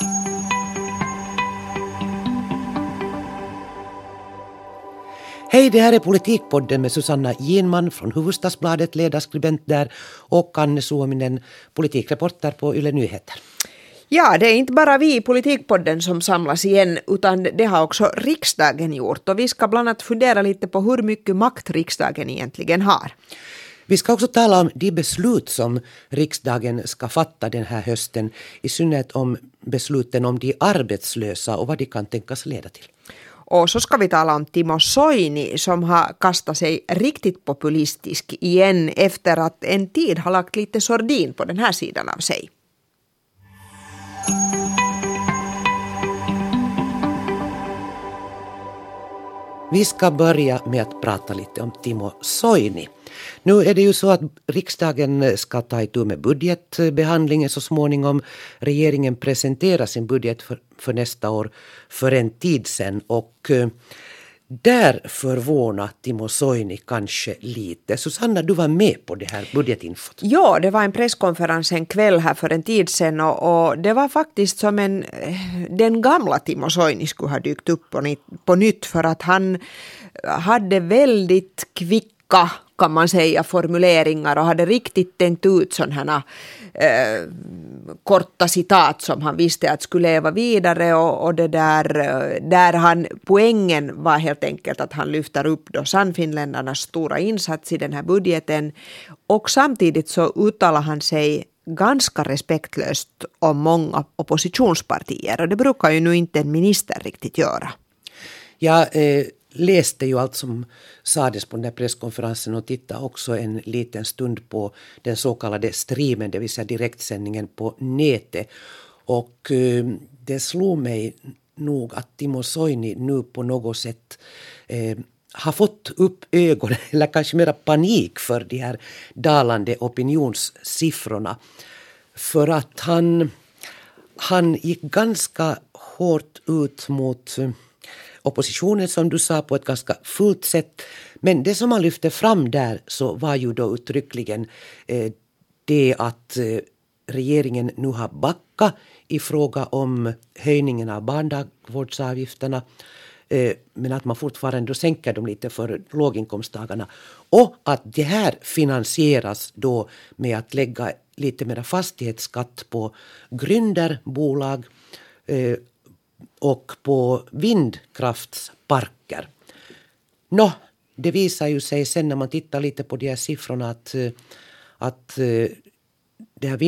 Hej, det här är Politikpodden med Susanna Ginman från Hufvudstadsbladet, ledarskribent där, och Anne Suominen, politikreporter på Yle Nyheter. Ja, det är inte bara vi i Politikpodden som samlas igen, utan det har också riksdagen gjort. Och vi ska bland annat fundera lite på hur mycket makt riksdagen egentligen har. Vi ska också tala om de beslut som riksdagen ska fatta den här hösten, i synnerhet om besluten om de arbetslösa och vad de kan tänkas leda till. Och så ska vi tala om Timo Soini som har kastat sig riktigt populistisk igen efter att en tid har lagt lite sordin på den här sidan av sig. Vi ska börja med att prata lite om Timo Soini. Nu är det ju så att riksdagen ska ta itu med budgetbehandlingen så småningom. Regeringen presenterar sin budget för nästa år för en tid sedan, och där förvånar Timo Soini kanske lite. Susanna, du var med på det här budgetinfot. Ja, det var en presskonferens en kväll här för en tid sedan och det var faktiskt som den gamla Timo Soini skulle ha dykt upp på nytt, för att han hade väldigt kvicka, kan man säga, formuleringar och hade riktigt tänt ut sådana korta citat som han visste att skulle leva vidare, och det där poängen var helt enkelt att han lyfter upp då Sannfinländarnas stora insats i den här budgeten, och samtidigt så uttalar han sig ganska respektlöst om många oppositionspartier, och det brukar ju nu inte en minister riktigt göra. Jag läste ju allt som sades på den här presskonferensen och tittade också en liten stund på den så kallade streamen, det vill säga direktsändningen på nätet. Och det slog mig nog att Timo Soini nu på något sätt har fått upp ögonen, eller kanske mera panik för de här dalande opinionssiffrorna. För att han gick ganska hårt ut mot oppositionen, som du sa, på ett ganska fullt sätt. Men det som han lyfte fram där så var ju då uttryckligen det att regeringen nu har backat i fråga om höjningen av barndagvårdsavgifterna, men att man fortfarande då sänker dem lite för låginkomsttagarna, och att det här finansieras då med att lägga lite mer fastighetsskatt på gründerbolag och på vindkraftsparker. Det visar ju sig sen när man tittar lite på de här siffrorna att det här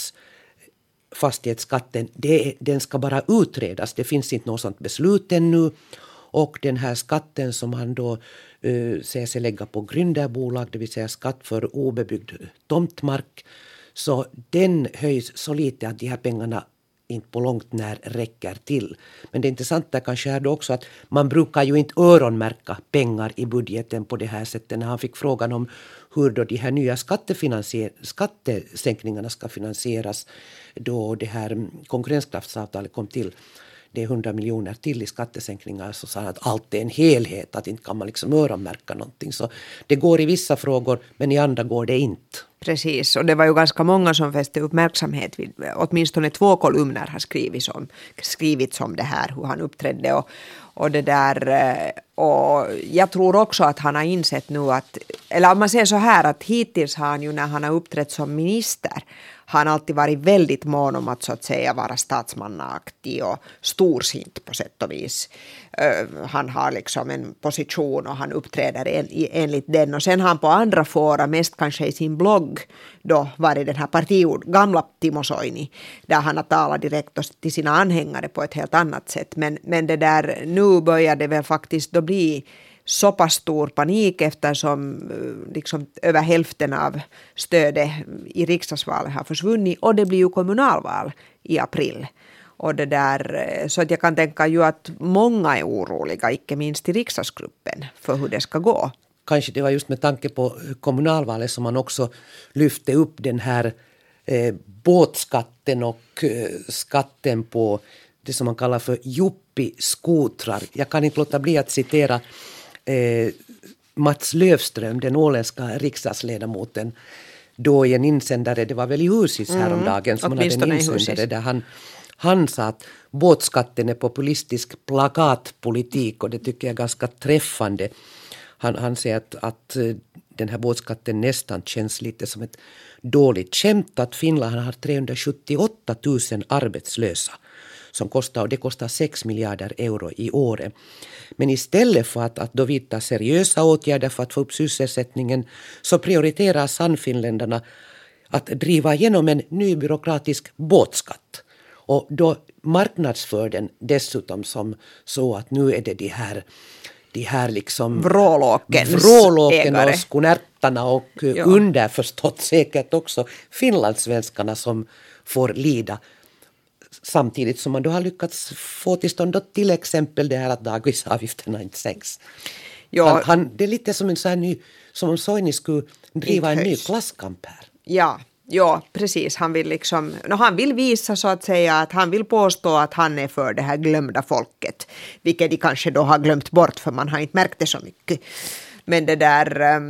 vindkraftsfastighetsskatten, den ska bara utredas. Det finns inte något sånt beslut ännu. Och den här skatten som han då säger sig lägga på gründerbolag, det vill säga skatt för obebyggd tomtmark, så den höjs så lite att de här pengarna inte på långt när räcker till. Men det intressanta kanske är då också att man brukar ju inte öronmärka pengar i budgeten på det här sättet. När han fick frågan om hur då de här nya skattesänkningarna ska finansieras då det här konkurrenskraftsavtalet kom till, det är 100 miljoner till i skattesänkningar, så sa han att allt är en helhet, att inte kan man liksom öronmärka någonting. Så det går i vissa frågor, men i andra går det inte. Precis, och det var ju ganska många som fäste uppmärksamhet vid, åtminstone 2 kolumner har skrivits om det här, hur han uppträdde och det där, och jag tror också att han har insett nu att, eller om man säger så här, att hittills har han ju, när han har uppträtt som minister, han alltid varit väldigt mån om att så att säga vara statsmannaaktig och storsint på sätt och vis. Han har liksom en position och han uppträder enligt den. Och sen har han på andra fora, mest kanske i sin blogg, då var det den här gamla Timo Soini, där han har talat direkt till sina anhängare på ett helt annat sätt. Men det där, nu börjar det väl faktiskt då bli så pass stor panik, eftersom liksom över hälften av stödet i riksdagsvalet har försvunnit, och det blir ju kommunalval i april. Och det där, så att jag kan tänka ju att många är oroliga, inte minst i riksdagsgruppen, för hur det ska gå. Kanske det var just med tanke på kommunalvalet som man också lyfte upp den här båtskatten och skatten på det som man kallar för juppiskotrar. Jag kan inte låta bli att citera Mats Löfström, den åländska riksdagsledamoten, då i en insändare, det var väl i Husis häromdagen, som han hade en insändare där han Han sa att båtskatten är populistisk plakatpolitik och det tycker jag är ganska träffande. Han säger att den här båtskatten nästan känns lite som ett dåligt skämt, att Finland har 378 000 arbetslösa och det kostar 6 miljarder euro i år. Men istället för att då vidta seriösa åtgärder för att få upp sysselsättningen så prioriterar Sannfinländarna att driva igenom en ny byråkratisk båtskatt. Och då marknadsför den dessutom som så att nu är det de här liksom vrålåken och skonärtarna och underförstått säkert också finlandssvenskarna som får lida. Samtidigt som man då har lyckats få till stånd då till exempel det här att dagisavgifterna inte sänks. Ja. Det är lite som en sån här ny, som om Soini skulle driva en ny klasskamp här. Ja, precis. Han vill visa så att säga att han vill påstå att han är för det här glömda folket. Vilket de kanske då har glömt bort för man har inte märkt det så mycket. Men det där,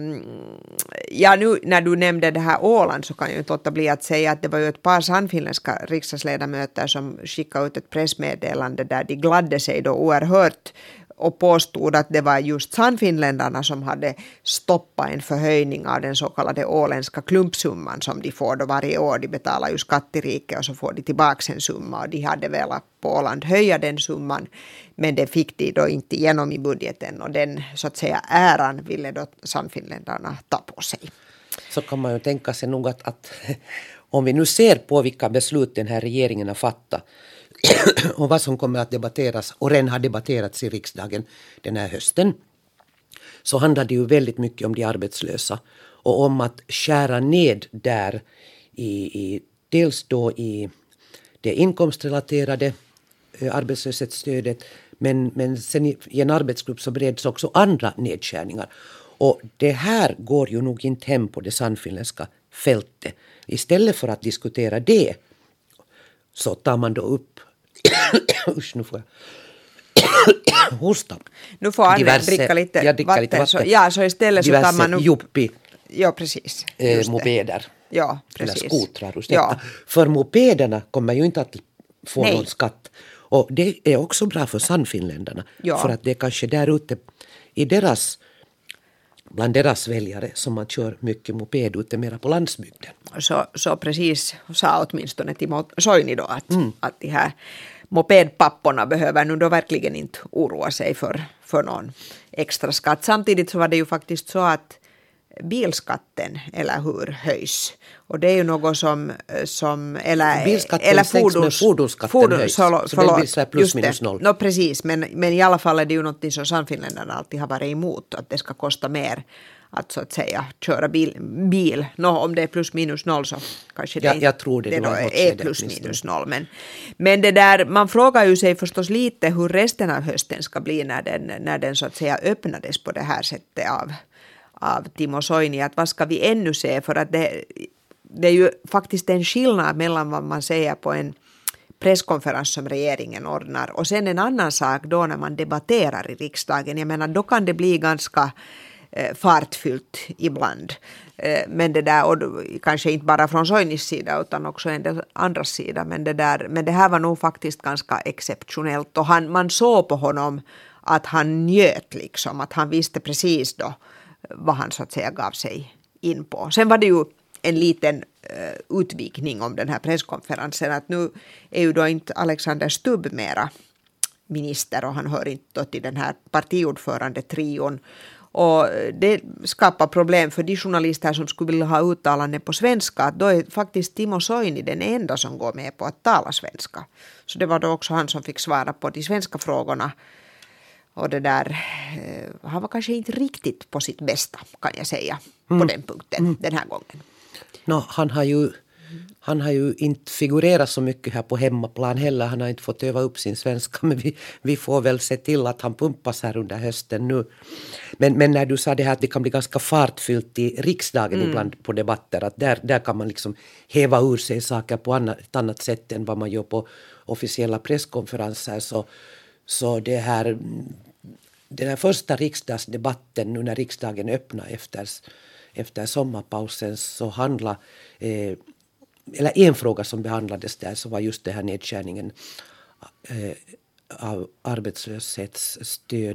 nu när du nämnde det här Åland så kan jag inte låta bli att säga att det var ju ett par sannfinländska riksdagsledamöter som skickade ut ett pressmeddelande där de gladde sig då oerhört och påstod att det var just sannfinländarna som hade stoppat en förhöjning av den så kallade åländska klumpsumman som de får då varje år. De betalar ju skatt i riket och så får de tillbaka en summa och de hade velat på Åland höja den summan men det fick de då inte igenom i budgeten och den så att säga äran ville då sannfinländarna ta på sig. Så kan man ju tänka sig nog att om vi nu ser på vilka beslut den här regeringen har fattat och vad som kommer att debatteras och redan har debatterats i riksdagen den här hösten, så handlar det ju väldigt mycket om de arbetslösa och om att skära ned där dels då i det inkomstrelaterade arbetslöshetsstödet men sen i en arbetsgrupp så bereds också andra nedskärningar. Och det här går ju nog inte hem på det sannfinländska fältet. Istället för att diskutera det så tar man då upp nu får jag hosta. Nu får Anne dricka lite vatten. Så istället så tar man upp juppi precis, mopeder. Ja, precis. Eller skotrar. För mopederna kommer ju inte att få någon skatt. Och det är också bra för sannfinländarna. För att det är kanske där ute bland deras väljare som man kör mycket moped ute mera på landsbygden. Så precis sa åtminstone Timo Soini då att de här mopedpapporna behöver nu då verkligen inte oroa sig för någon extra skatt. Samtidigt så var det ju faktiskt så att bilskatten eller hur höjs. Och det är ju något som eller fordonsskatten höjs. Så det blir så plus minus noll. Precis, men i alla fall är det ju något som sannfinländarna alltid har varit emot. Att det ska kosta mer att så att säga köra bil. Om det är plus minus noll så kanske jag tror det är plus minus noll. Men det där, man frågar ju sig förstås lite hur resten av hösten ska bli när den så att säga öppnades på det här sättet av Timo Soini, att vad ska vi ännu se, för att det är ju faktiskt en skillnad mellan vad man säger på en presskonferens som regeringen ordnar och sen en annan sak då när man debatterar i riksdagen. Jag menar, då kan det bli ganska fartfyllt ibland. Men det där, och kanske inte bara från Soinis sida utan också en del andras sida, men det här var nog faktiskt ganska exceptionellt och man såg på honom att han njöt liksom, att han visste precis då vad han så att säga gav sig in på. Sen var det ju en liten utvikning om den här presskonferensen att nu är ju då inte Alexander Stubb mera minister och han hör inte till den här partiordförande trion. Och det skapar problem för de journalister som skulle vilja ha uttalande på svenska. Att då är faktiskt Timo Soini den enda som går med på att tala svenska. Så det var då också han som fick svara på de svenska frågorna. Och det där, han var kanske inte riktigt på sitt bästa kan jag säga på den punkten den här gången. Han har ju inte figurerat så mycket här på hemmaplan heller. Han har inte fått öva upp sin svenska. Men vi får väl se till att han pumpas här under hösten nu. Men när du sa det här att det kan bli ganska fartfyllt i riksdagen ibland på debatter. Att där kan man liksom häva ur sig saker på ett annat sätt än vad man gör på officiella presskonferenser. Så den här första riksdagsdebatten nu när riksdagen öppnar efter sommarpausen så handlar eller en fråga som behandlades där så var just det här nedskärningen av arbetslöshetsstöd,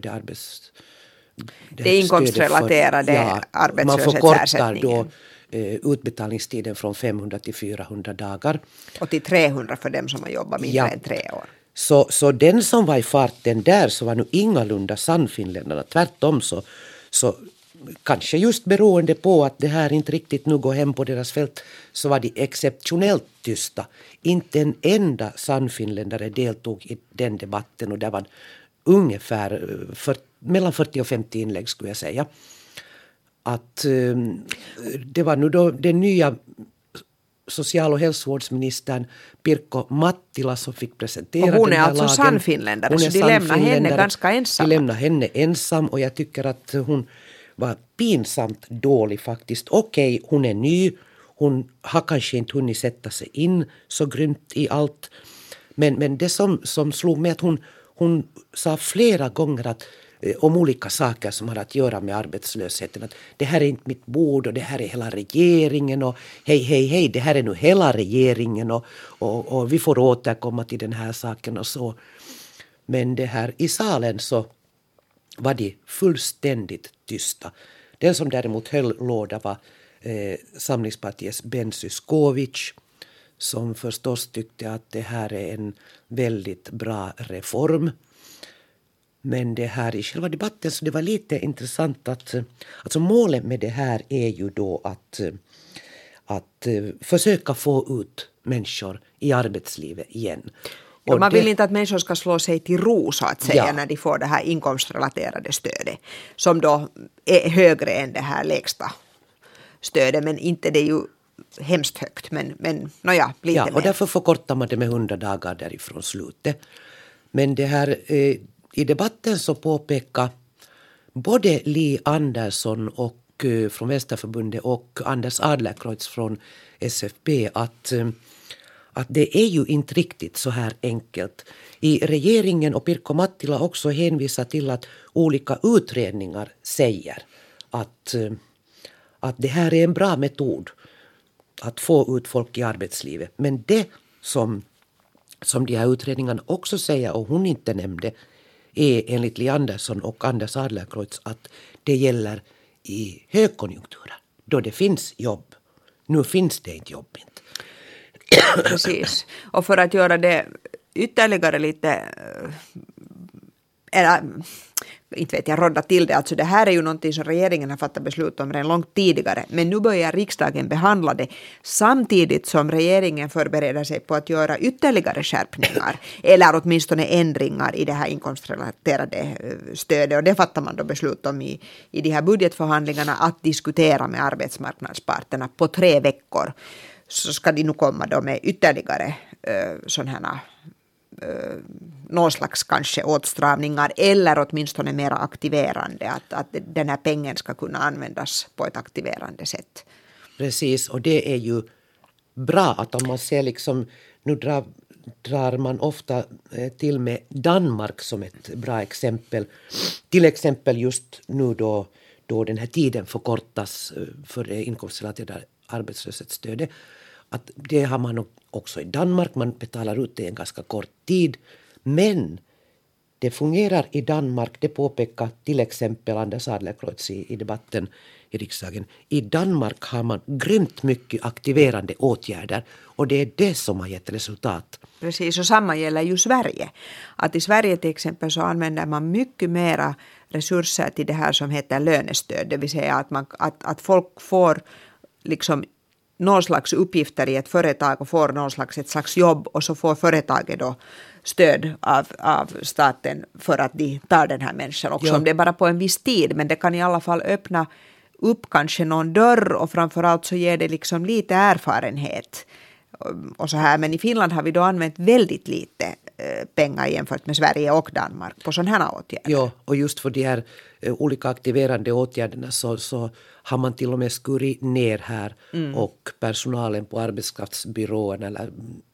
det är inkomstrelaterade arbetslöshetsersättningen. Man förkortar då utbetalningstiden från 500 till 400 dagar. Och till 300 för dem som har jobbat mindre än 3 år. Så den som var i farten där så var nu ingalunda sannfinländarna. Tvärtom så kanske just beroende på att det här inte riktigt nu går hem på deras fält så var de exceptionellt tysta. Inte en enda sannfinländare deltog i den debatten och det var ungefär mellan 40 och 50 inlägg skulle jag säga. Att det var nu då den nya social- och hälsovårdsministern Pirkko Mattila som fick presentera den här lagen. Och hon är alltså sannfinländare så de lämnar henne ganska ensam. De lämnar henne ensam och jag tycker att hon var pinsamt dålig faktiskt. Okej, hon är ny. Hon har kanske inte hunnit sätta sig in så grymt i allt. Men det som slog mig att hon sa flera gånger att om olika saker som har att göra med arbetslösheten. Att det här är inte mitt bord och det här är hela regeringen och hej, det här är nu hela regeringen och vi får återkomma till den här saken och så. Men det här i salen så var de fullständigt tysta. Den som däremot höll låda var Samlingspartiets Ben Zyskowicz som förstås tyckte att det här är en väldigt bra reform. Men det här i själva debatten så det var lite intressant att alltså målet med det här är ju då att försöka få ut människor i arbetslivet igen. Ja, man vill inte att människor ska slå sig till ro så att säga när de får det här inkomstrelaterade stödet som då är högre än det här lägsta stödet men inte det är ju hemskt högt men lite mer. Och därför förkortar man det med 100 dagar därifrån slutet. Men det här i debatten så påpekar både Li Andersson och från Vänsterförbundet och Anders Adlercreutz från SFP att det är ju inte riktigt så här enkelt. I regeringen och Pirkko Mattila också hänvisar till att olika utredningar säger att det här är en bra metod att få ut folk i arbetslivet. Men det som de här utredningarna också säger och hon inte nämnde är enligt Li Andersson och Anders Adlercreutz att det gäller i högkonjunkturer då det finns jobb. Nu finns det inte jobb inte. Precis. Och för att göra det ytterligare lite inte vet jag, rodda till det. Alltså det här är ju någonting som regeringen har fattat beslut om redan långt tidigare. Men nu börjar riksdagen behandla det samtidigt som regeringen förbereder sig på att göra ytterligare skärpningar. Eller åtminstone ändringar i det här inkomstrelaterade stödet. Och det fattar man då beslut om i de här budgetförhandlingarna att diskutera med arbetsmarknadsparterna på 3 veckor. Så ska de nu komma då med ytterligare sådana någon slags kanske åtstramningar eller åtminstone mera aktiverande att den här pengen ska kunna användas på ett aktiverande sätt. Precis, och det är ju bra att om man ser liksom, nu drar man ofta till med Danmark som ett bra exempel. Till exempel just nu då den här tiden förkortas för det inkomstrelaterade arbetslöshetsstödet. Att det har man också i Danmark, man betalar ut det i en ganska kort tid. Men det fungerar i Danmark, det påpekar till exempel Anders Adlercreutz i debatten i riksdagen. I Danmark har man grymt mycket aktiverande åtgärder och det är det som har gett resultat. Precis, och samma gäller ju Sverige. Att i Sverige till exempel så använder man mycket mera resurser till det här som heter lönestöd. Det vill säga att folk får liksom någon slags uppgifter i ett företag och får ett slags jobb och så får företaget då stöd av staten för att de tar den här människan också. Ja. Om det är bara på en viss tid, men det kan i alla fall öppna upp kanske någon dörr och framförallt så ger det liksom lite erfarenhet och så här. Men i Finland har vi då använt väldigt lite pengar jämfört med Sverige och Danmark på sådana här åtgärder. Ja, och just för de här olika aktiverande åtgärderna så har man till och med skurit ner här och personalen på arbetskraftsbyråerna eller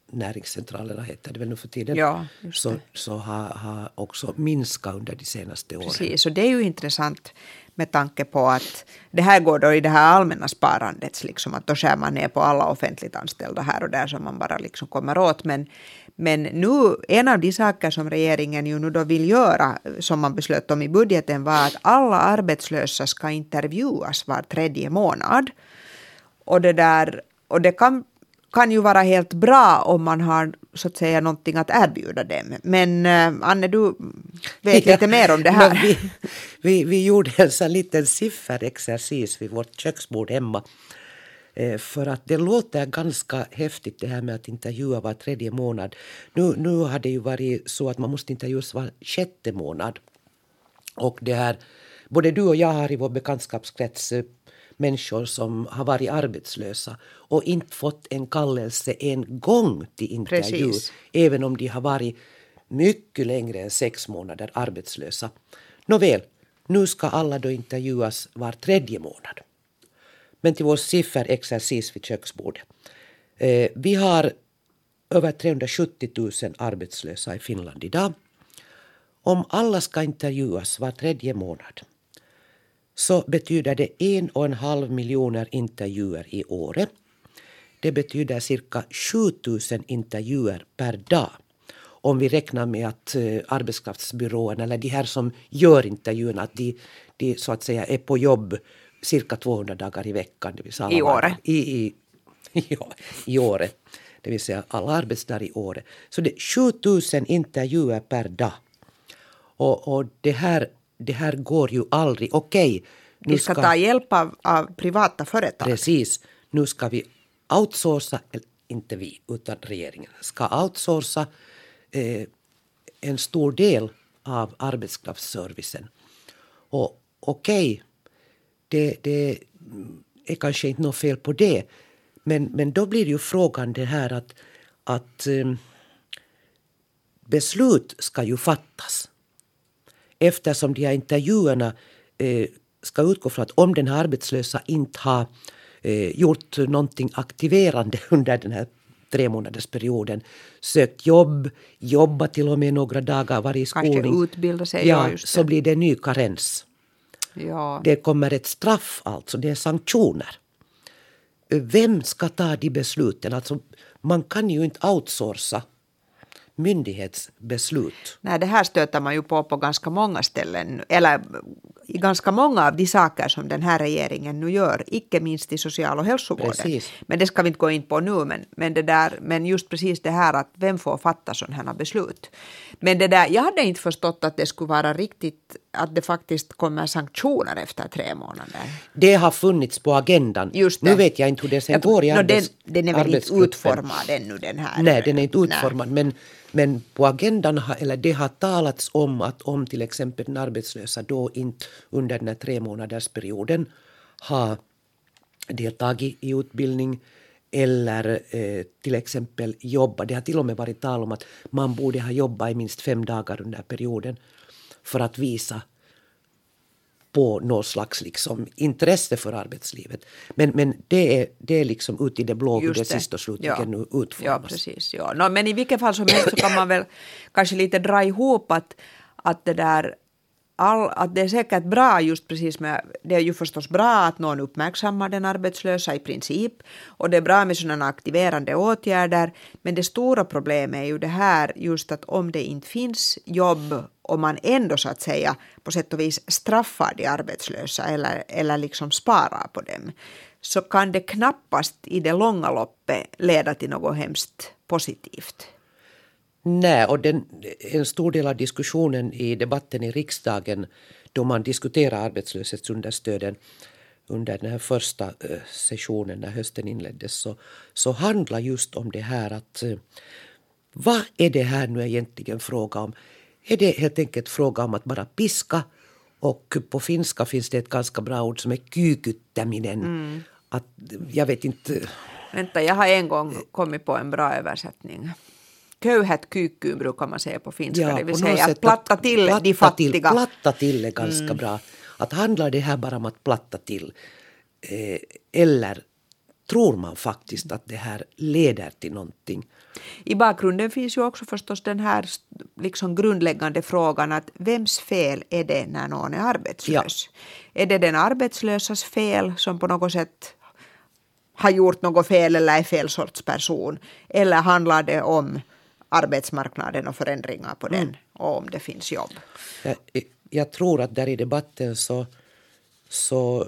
näringscentralerna heter det väl nu för tiden, Ja, just det. så har också minskat under de senaste åren. Precis, och det är ju intressant med tanke på att det här går då i det här allmänna sparandet, liksom att då skär man ner på alla offentligt anställda här och där som man bara liksom kommer åt. Men nu, en av de saker som regeringen ju nu då vill göra, som man beslöt om i budgeten, var att alla arbetslösa ska intervjuas var 3:e månad. Och det kan ju vara helt bra om man har så att säga någonting att erbjuda dem. Men Anne, du vet lite mer om det här. Vi gjorde en sån liten sifferexercis vid vårt köksbord hemma. För att det låter ganska häftigt det här med att intervjua var 3:e månad. Nu har det ju varit så att man måste intervjuas var 6:e månad. Och det här, både du och jag har i vår bekantskapskrets människor som har varit arbetslösa och inte fått en kallelse en gång till intervju. Precis. Även om de har varit mycket längre än 6 månader arbetslösa. Nåväl, nu ska alla då intervjuas var 3:e månad. Men till vår sifferexercis vid köksbordet. Vi har över 370 000 arbetslösa i Finland idag. Om alla ska intervjuas var 3:e månad så betyder det 1,5 miljoner intervjuer i året. Det betyder cirka 7 000 intervjuer per dag. Om vi räknar med att arbetskraftsbyråerna eller de här som gör intervjuerna, att de så att säga är på jobb cirka 200 dagar i veckan. Det vill säga I året? I året. Det vill säga alla arbetsdagar i året. Så det är 7 000 intervjuer per dag. Och det här går ju aldrig. Okej. Vi ska ta hjälp av privata företag. Precis. Nu ska vi outsourca, inte vi utan regeringen, ska outsourca en stor del av arbetskraftsservicen. Och okej, det är kanske inte något fel på det. Men då blir ju frågan det här att beslut ska ju fattas. Eftersom de här intervjuerna ska utgå från att om den här arbetslösa inte har gjort någonting aktiverande under den här 3-månadersperioden, sökt jobb, jobba till och med några dagar, varit i skolning. Kanske utbilda sig. Ja, så blir det en ny karens. Ja. Det kommer ett straff alltså, det är sanktioner. Vem ska ta de besluten? Alltså, man kan ju inte outsourca myndighetsbeslut. Nej, det här stöter man ju på ganska många ställen, eller i ganska många av de saker som den här regeringen nu gör, icke minst i social- och hälsovården. Precis. Men det ska vi inte gå in på nu, men just precis det här att vem får fatta sådana här beslut. Men det där, jag hade inte förstått att det skulle vara riktigt, att det faktiskt kommer sanktioner efter 3 månader. Det har funnits på agendan. Just det. Nu vet jag inte hur det sen går i den är väl inte utformad ännu, den här. Nej, den är inte utformad, men på agendan det har talats om att om till exempel den arbetslösa då inte under den här 3-månadersperioden har deltagit i utbildning eller till exempel jobba. Det har till och med varit tal om att man borde ha jobbat i minst 5 dagar under perioden för att visa på något slags liksom intresse för arbetslivet. Men det är liksom ut i det blå hur det sist och slutligen nu utformas. Ja, precis. Ja. Men i vilket fall som helst så kan man väl kanske lite dra ihop att det där att det är säkert bra just precis med, det är ju förstås bra att någon uppmärksammar den arbetslösa i princip och det är bra med sådana aktiverande åtgärder, men det stora problemet är ju det här just att om det inte finns jobb och man ändå så att säga på sätt och vis straffar de arbetslösa eller liksom sparar på dem, så kan det knappast i det långa loppet leda till något hemskt positivt. Nej, och en stor del av diskussionen i debatten i riksdagen då man diskuterar arbetslöshetsunderstöden under den här första sessionen när hösten inleddes så handlar just om det här att vad är det här nu egentligen fråga om? Är det helt enkelt fråga om att bara piska, och på finska finns det ett ganska bra ord som är kykyttäminen. Att, jag vet inte. Vänta, jag har en gång kommit på en bra översättning. Köyhät kyykkyyn brukar man säga på finska, Ja, det vill på säga sätt platta till de fattiga. Platta till är ganska bra. Att handlar det här bara om att platta till eller tror man faktiskt att det här leder till någonting. I bakgrunden finns ju också förstås den här liksom grundläggande frågan att vems fel är det när någon är arbetslös? Ja. Är det den arbetslösas fel som på något sätt har gjort något fel eller är fel sorts person? Eller handlar det om arbetsmarknaden och förändringar på den och om det finns jobb? Jag tror att där i debatten så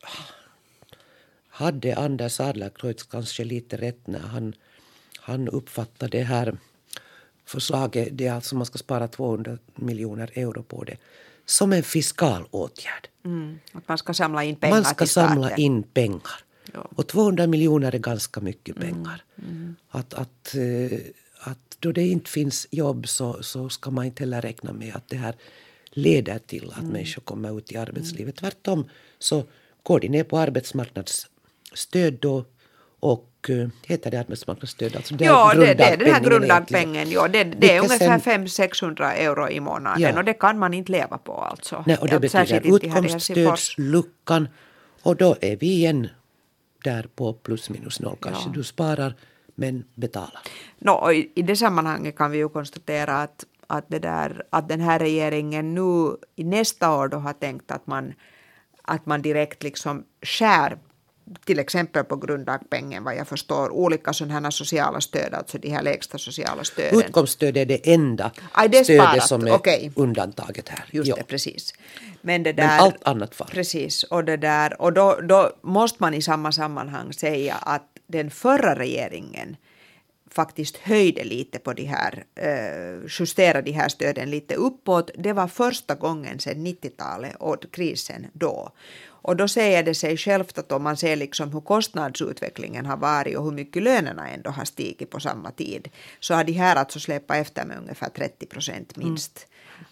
hade Anders Adlercreutz kanske lite rätt när han uppfattade det här förslaget, det är alltså man ska spara 200 miljoner euro på det, som en fiskal åtgärd. Att man ska samla in pengar. Man ska samla in pengar. Ja. Och 200 miljoner är ganska mycket pengar. Att då det inte finns jobb så ska man inte heller räkna med att det här leder till att människor kommer ut i arbetslivet. Tvärtom så går de ner på arbetsmarknadsstöd då och heter det arbetsmarknadsstöd? Alltså det är den här grunddagpengen. Ja, det är ungefär 500-600 euro i månaden och det kan man inte leva på alltså. Nej, och det betyder utkomststödsluckan och då är vi igen där på plus minus noll kanske. Du sparar men betalar. I det sammanhanget kan vi ju konstatera att den här regeringen nu i nästa år då har tänkt att man direkt liksom skär till exempel på grunddagpengen vad jag förstår olika sådana här sociala stöd, alltså de här lägsta sociala stöden. Utkomststöd är det enda stödet som är undantaget här. Just det, precis. Men allt annat fall. Precis, och då måste man i samma sammanhang säga att den förra regeringen faktiskt höjde lite på de här, justerade de här stöden lite uppåt. Det var första gången sedan 90-talet och krisen då. Och då säger det sig självt att om man ser liksom hur kostnadsutvecklingen har varit och hur mycket lönerna ändå har stigit på samma tid, så har de här alltså släppt efter med ungefär 30% minst.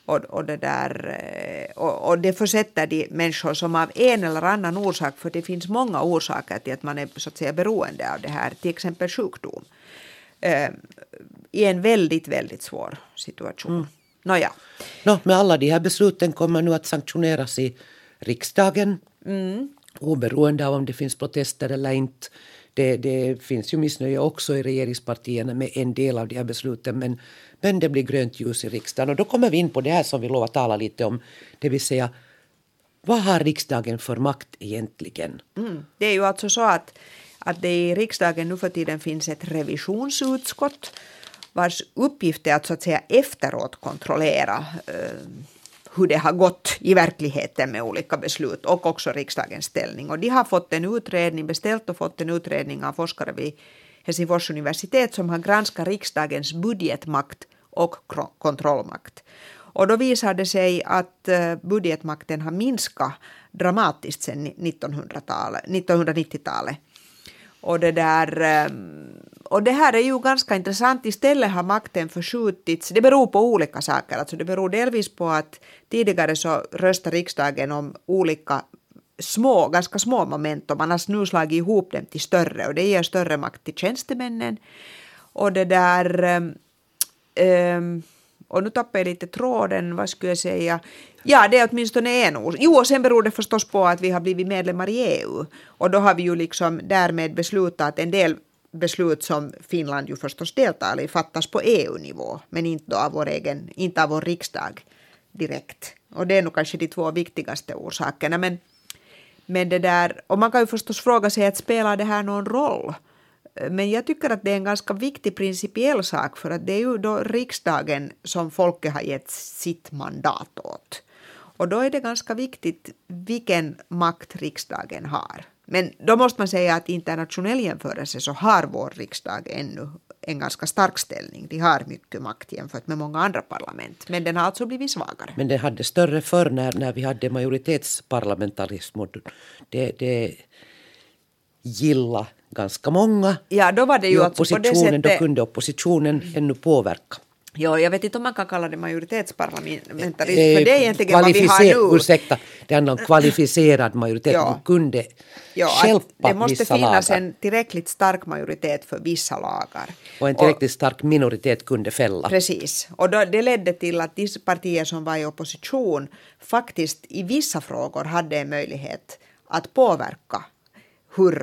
Och det försätter de människor som av en eller annan orsak, för det finns många orsaker till att man är så att säga beroende av det här, till exempel sjukdom, i en väldigt, väldigt svår situation. Med alla de här besluten kommer nu att sanktioneras i riksdagen. Oberoende av om det finns protester eller inte. Det finns ju missnöje också i regeringspartierna med en del av de här besluten. Men det blir grönt ljus i riksdagen. Och då kommer vi in på det här som vi lovar att tala lite om. Det vill säga, vad har riksdagen för makt egentligen? Det är ju alltså så att det i riksdagen nu för tiden finns ett revisionsutskott vars uppgift är att så att säga efteråt kontrollera hur det har gått i verkligheten med olika beslut och också riksdagens ställning. Och de har fått en utredning, beställt och fått en utredning av forskare vid Helsingfors universitet som har granskat riksdagens budgetmakt och kontrollmakt. Och då visar det sig att budgetmakten har minskat dramatiskt sedan 1990-talet. Och det här är ju ganska intressant. Istället har makten förskjutits. Det beror på olika saker. Alltså det beror delvis på att tidigare så röstade riksdagen om olika ganska små moment och man har nu slagit ihop dem till större och det ger större makt till tjänstemännen. Och och nu tappar jag lite tråden, vad skulle jag säga? Ja, det är åtminstone en ord. Jo, och sen beror det förstås på att vi har blivit medlemmar i EU. Och då har vi ju liksom därmed beslutat att en del beslut som Finland ju förstås deltar i fattas på EU-nivå. Men inte av vår riksdag direkt. Och det är nog kanske de två viktigaste orsakerna. Men och man kan ju förstås fråga sig att spelar det här någon roll? Men jag tycker att det är en ganska viktig principiell sak för att det är ju då riksdagen som folket har gett sitt mandat åt. Och då är det ganska viktigt vilken makt riksdagen har. Men då måste man säga att i internationell jämförelse så har vår riksdag ännu en ganska stark ställning. De har mycket makt jämfört med många andra parlament. Men den har alltså blivit svagare. Men den hade större förr när vi hade majoritetsparlamentarism. Det gilla ganska många. Ja, då var det ju alltså på det sättet. Då kunde oppositionen ännu påverka. Ja, jag vet inte om man kan kalla det majoritetsparlamentarism, för det är egentligen vad vi har nu. Ursäkta, det handlar om kvalificerad majoritet. Man kunde stjälpa det måste vissa finnas lagar. En tillräckligt stark majoritet för vissa lagar. Och en tillräckligt stark minoritet kunde fälla. Precis, och det ledde till att de partier som var i opposition faktiskt i vissa frågor hade en möjlighet att påverka hur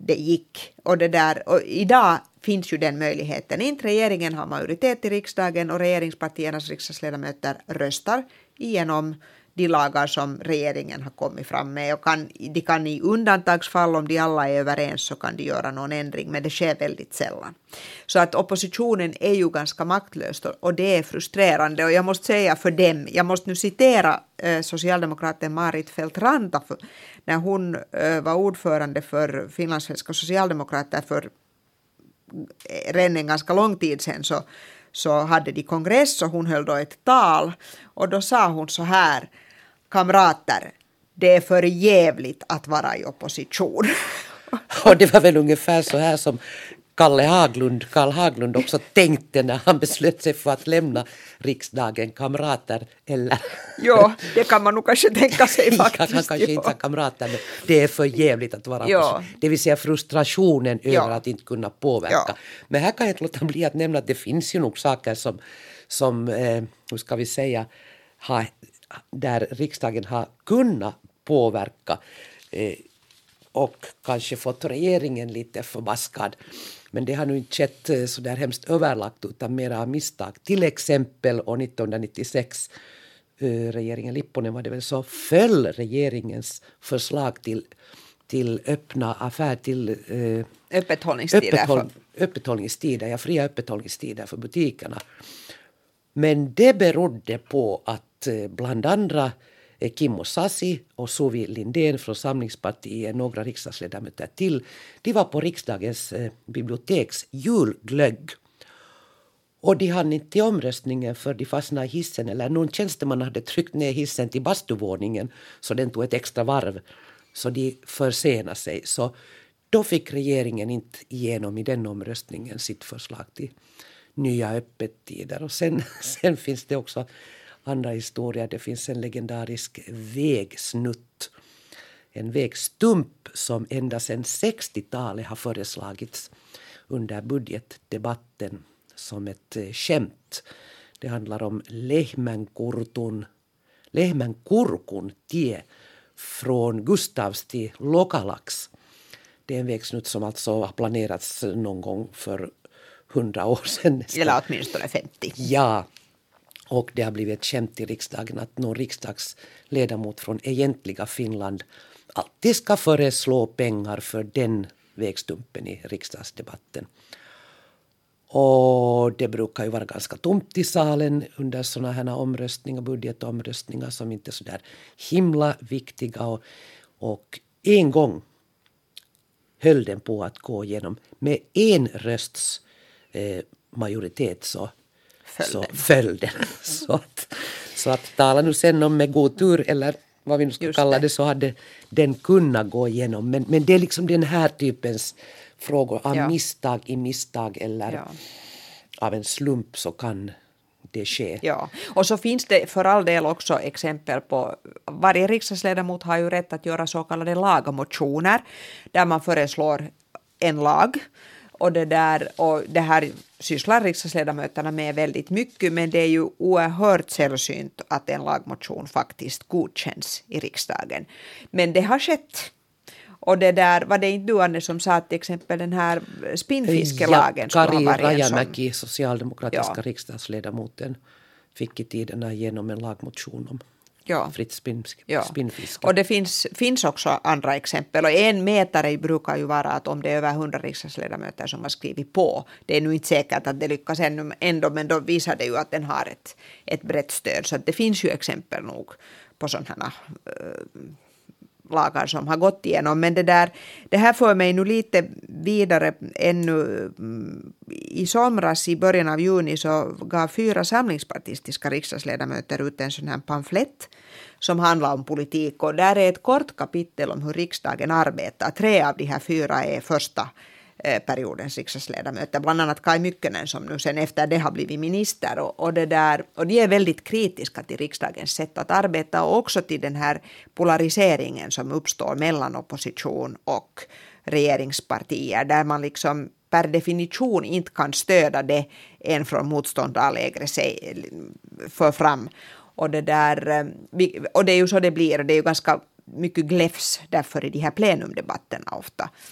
det gick. Och idag finns ju den möjligheten. Inte regeringen har majoritet i riksdagen och regeringspartiernas riksdagsledamöter röstar igenom de lagar som regeringen har kommit fram med. Och de kan i undantagsfall, om de alla är överens, så kan de göra någon ändring, men det sker väldigt sällan. Så att oppositionen är ju ganska maktlös och det är frustrerande. Och jag måste säga för dem, jag måste nu citera socialdemokraten Marit Feldt-Ranta när hon var ordförande för finlandssvenska socialdemokrater för redan en ganska lång tid sedan, så hade de kongress och hon höll då ett tal och då sa hon så här: kamrater, det är för jävligt att vara i opposition. Och det var väl ungefär så här som Carl Haglund också tänkte när han beslöt sig för att lämna riksdagen, kamrater, eller? Ja, det kan man nog kanske tänka sig faktiskt. Han kanske inte har kamrater, men det är för jävligt att vara på. Det vill säga frustrationen över att inte kunna påverka. Ja. Men här kan jag inte låta bli att nämna att det finns ju nog saker som hur ska vi säga, där riksdagen har kunnat påverka och kanske fått regeringen lite förbaskad. Men det har nu inte skett så där hemskt överlagt utan mera av misstag. Till exempel år 1996, regeringen Lipponen var det väl, så föll regeringens förslag till öppna affär till öppethållningstider, fria öppethållningstider för butikerna. Men det berodde på att bland andra Kimmo Sasi och Suvi Lindén från Samlingspartiet, några riksdagsledamöter till, de var på riksdagens biblioteks julglögg. Och de hann inte till omröstningen för de fastnade i hissen, eller någon tjänsteman hade tryckt ner hissen till bastuvåningen så den tog ett extra varv, så de försenade sig. Så då fick regeringen inte igenom i den omröstningen sitt förslag till nya öppettider. Och sen finns det också andra historier. Det finns en legendarisk vägsnutt, en vägstump som ända sedan 60-talet har föreslagits under budgetdebatten som ett skämt. Det handlar om Lehmänkurkun tie från Gustavs till Lokalax. Det är en vägsnutt som alltså har planerats någon gång för 100 år sedan nästan. Eller åtminstone 50. Ja, och det har blivit ett skämt i riksdagen att någon riksdagsledamot från egentliga Finland alltid ska föreslå pengar för den vägstumpen i riksdagsdebatten. Och det brukar ju vara ganska tomt i salen under sådana här omröstningar, budgetomröstningar som inte är så där himla viktiga. Och en gång höll den på att gå igenom med en rösts majoritet så föll den. Så att tala nu sen om med god tur eller vad vi nu ska kalla det, så hade den kunnat gå igenom. Men det är liksom den här typens frågor av misstag eller av en slump så kan det ske. Ja, och så finns det för all del också exempel på, varje riksdagsledamot har ju rätt att göra så kallade lagmotioner där man föreslår en lag. Och det här sysslar riksdagsledamöterna med väldigt mycket, men det är ju oerhört sällsynt att en lagmotion faktiskt godkänns i riksdagen. Men det har skett. Och var det inte du, Anne, som sa att till exempel den här spinnfiskelagen skulle ha varit Kari Rajamäki, socialdemokratiska riksdagsledamoten, fick i tiderna igenom en lagmotion om fritt spinnfiske. Och det finns också andra exempel. Och en mätare brukar ju vara att om det är över 100 riksdagsledamöter som har skrivit på, det är nu inte säkert att det lyckas ändå, men då visar det ju att den har ett brett stöd. Så att det finns ju exempel nog på sådana lagar som har gått igenom. Men det här får mig nu lite vidare ännu. I somras, i början av juni, så gav 4 samlingspartistiska riksdagsledamöter ut en sån här pamflett som handlar om politik. Och där är ett kort kapitel om hur riksdagen arbetar. 3 av de här 4 är första periodens riksdagsledamöter, bland annat Kai Mykkänen som nu sen efter det har blivit minister, och de är väldigt kritiska till riksdagens sätt att arbeta och också till den här polariseringen som uppstår mellan opposition och regeringspartier, där man liksom per definition inte kan stödja det en från motståndarlägret för fram, och det är ju så det blir, och det är ju ganska mycket gläfs därför i de här plenumdebatterna ofta.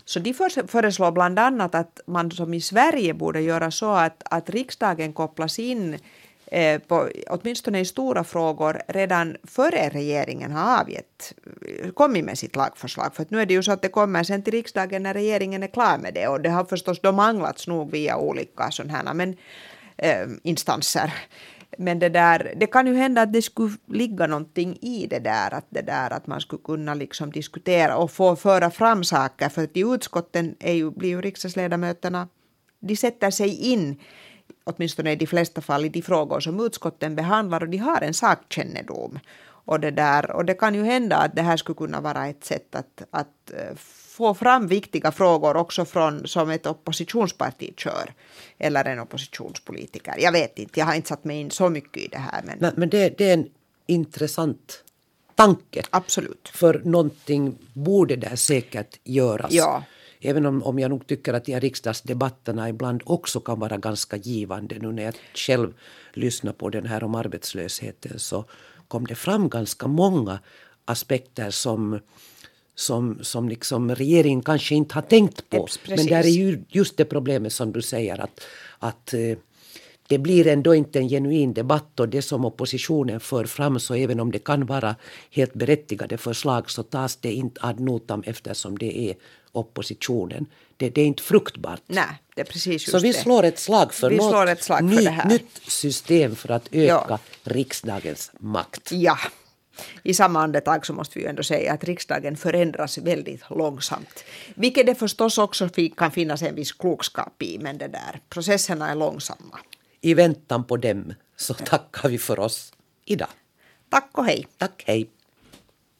Så de föreslår bland annat att man som i Sverige borde göra så att riksdagen kopplas in åtminstone i stora frågor redan före regeringen har kommit med sitt lagförslag. För att nu är det ju så att det kommer sen till riksdagen när regeringen är klar med det. Och det har förstås då manglats nog via olika sådana här instanser. Men det kan ju hända att det skulle ligga någonting i det där att man skulle kunna liksom diskutera och få föra fram saker. För att i utskotten blir ju riksdagsledamöterna, de sätter sig in åtminstone i de flesta fall i de frågor som utskotten behandlar och de har en sakkännedom. Och det kan ju hända att det här skulle kunna vara ett sätt att få fram viktiga frågor också som ett oppositionsparti kör eller en oppositionspolitiker. Jag vet inte, jag har inte satt mig in så mycket i det här. Men det är en intressant tanke. Absolut. För någonting borde där säkert göras. Ja. Även om jag nog tycker att de här riksdagsdebatterna ibland också kan vara ganska givande. Nu när jag själv lyssnar på den här om arbetslösheten så kom det fram ganska många aspekter som liksom regeringen kanske inte har tänkt på. Precis. Men där är ju just det problemet som du säger att det blir ändå inte en genuin debatt och det som oppositionen för fram så även om det kan vara helt berättigade förslag så tas det inte ad notam eftersom det är oppositionen. Det är inte fruktbart. Nej, det är precis just så vi slår ett slag för något nytt system för att öka riksdagens makt. Ja. I samma andetag så måste vi ju ändå säga att riksdagen förändras väldigt långsamt. Vilket det förstås också kan finnas en viss klokskap i, men processerna är långsamma. I väntan på dem så tackar vi för oss idag. Tack och hej. Tack, hej.